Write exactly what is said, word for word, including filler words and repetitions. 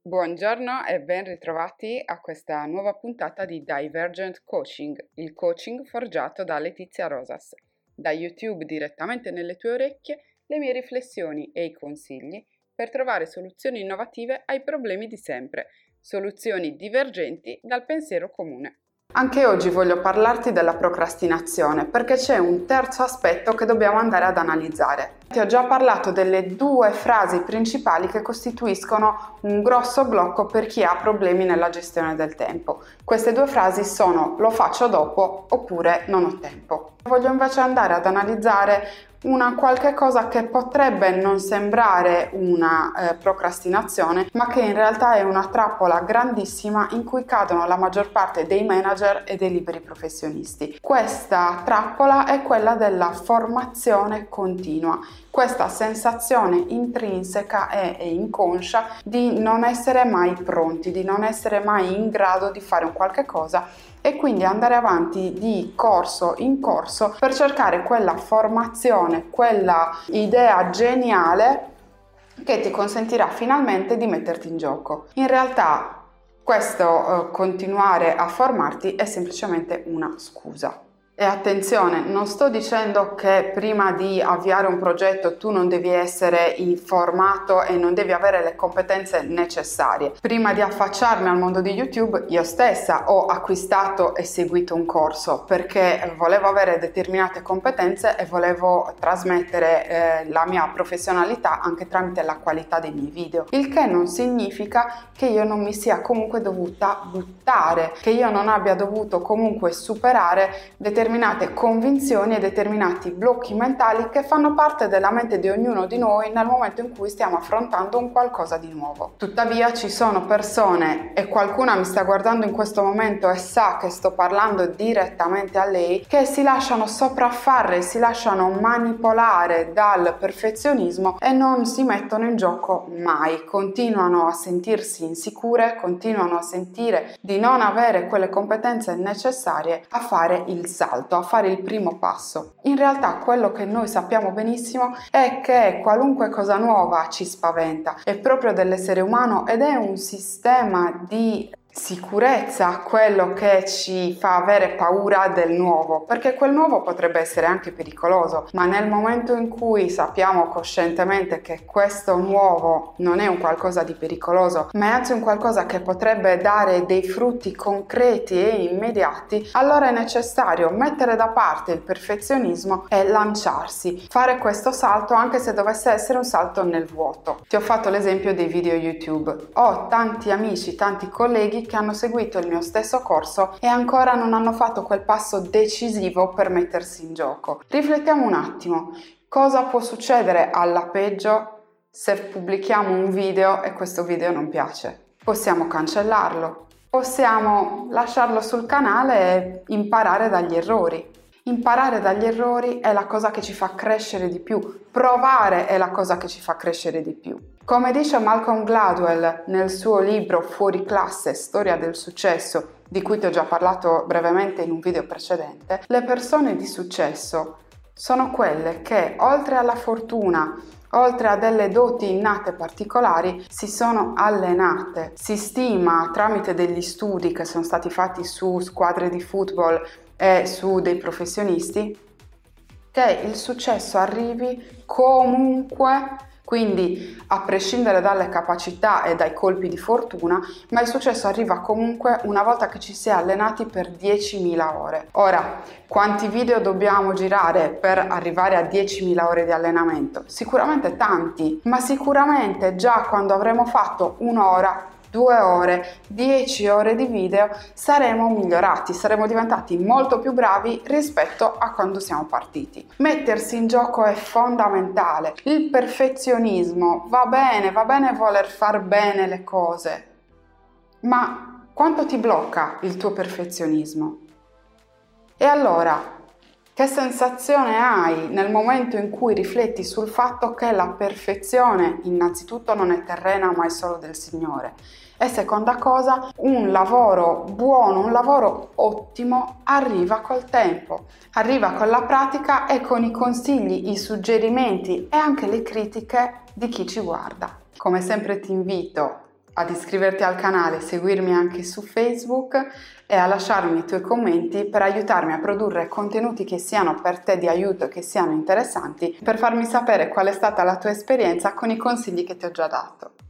Buongiorno e ben ritrovati a questa nuova puntata di Divergent Coaching, il coaching forgiato da Letizia Rosas. Da YouTube direttamente nelle tue orecchie, le mie riflessioni e i consigli per trovare soluzioni innovative ai problemi di sempre, soluzioni divergenti dal pensiero comune. Anche oggi voglio parlarti della procrastinazione perché c'è un terzo aspetto che dobbiamo andare ad analizzare. Ti ho già parlato delle due frasi principali che costituiscono un grosso blocco per chi ha problemi nella gestione del tempo. Queste due frasi sono: lo faccio dopo oppure non ho tempo. Voglio invece andare ad analizzare una qualche cosa che potrebbe non sembrare una eh, procrastinazione, ma che in realtà è una trappola grandissima in cui cadono la maggior parte dei manager e dei liberi professionisti. Questa trappola è quella della formazione continua, questa sensazione intrinseca e, e inconscia di non essere mai pronti, di non essere mai in grado di fare un qualche cosa e quindi andare avanti di corso in corso per cercare quella formazione, quella idea geniale che ti consentirà finalmente di metterti in gioco. In realtà questo eh, continuare a formarti è semplicemente una scusa. E attenzione, non sto dicendo che prima di avviare un progetto tu non devi essere informato e non devi avere le competenze necessarie. Prima di affacciarmi al mondo di YouTube, io stessa ho acquistato e seguito un corso perché volevo avere determinate competenze e volevo trasmettere eh, la mia professionalità anche tramite la qualità dei miei video. Il che non significa che io non mi sia comunque dovuta buttare, che io non abbia dovuto comunque superare determinate determinate convinzioni e determinati blocchi mentali che fanno parte della mente di ognuno di noi nel momento in cui stiamo affrontando un qualcosa di nuovo. Tuttavia ci sono persone, e qualcuna mi sta guardando in questo momento e sa che sto parlando direttamente a lei, che si lasciano sopraffare, si lasciano manipolare dal perfezionismo e non si mettono in gioco mai, continuano a sentirsi insicure, continuano a sentire di non avere quelle competenze necessarie a fare il salto, a fare il primo passo. In realtà quello che noi sappiamo benissimo è che qualunque cosa nuova ci spaventa, è proprio dell'essere umano ed è un sistema di sicurezza quello che ci fa avere paura del nuovo, perché quel nuovo potrebbe essere anche pericoloso, ma nel momento in cui sappiamo coscientemente che questo nuovo non è un qualcosa di pericoloso, ma è anzi un qualcosa che potrebbe dare dei frutti concreti e immediati, allora è necessario mettere da parte il perfezionismo e lanciarsi, fare questo salto anche se dovesse essere un salto nel vuoto. Ti ho fatto l'esempio dei video YouTube. Ho tanti amici, tanti colleghi che hanno seguito il mio stesso corso e ancora non hanno fatto quel passo decisivo per mettersi in gioco. Riflettiamo un attimo, cosa può succedere alla peggio se pubblichiamo un video e questo video non piace? Possiamo cancellarlo, possiamo lasciarlo sul canale e imparare dagli errori. Imparare dagli errori è la cosa che ci fa crescere di più, provare è la cosa che ci fa crescere di più. Come dice Malcolm Gladwell nel suo libro Fuori classe, storia del successo, di cui ti ho già parlato brevemente in un video precedente, le persone di successo sono quelle che oltre alla fortuna, oltre a delle doti innate particolari, si sono allenate. Si stima tramite degli studi che sono stati fatti su squadre di football e su dei professionisti che il successo arrivi comunque, quindi a prescindere dalle capacità e dai colpi di fortuna, ma il successo arriva comunque una volta che ci si è allenati per diecimila ore. Ora, quanti video dobbiamo girare per arrivare a diecimila ore di allenamento? Sicuramente tanti, ma sicuramente già quando avremo fatto un'ora, due ore, dieci ore di video saremo migliorati, saremo diventati molto più bravi rispetto a quando siamo partiti. Mettersi in gioco è fondamentale. Il perfezionismo va bene, va bene voler far bene le cose, ma quanto ti blocca il tuo perfezionismo? E allora, che sensazione hai nel momento in cui rifletti sul fatto che la perfezione innanzitutto non è terrena ma è solo del Signore? E seconda cosa, un lavoro buono, un lavoro ottimo arriva col tempo, arriva con la pratica e con i consigli, i suggerimenti e anche le critiche di chi ci guarda. Come sempre ti invito ad iscriverti al canale, seguirmi anche su Facebook e a lasciarmi i tuoi commenti per aiutarmi a produrre contenuti che siano per te di aiuto e che siano interessanti, per farmi sapere qual è stata la tua esperienza con i consigli che ti ho già dato.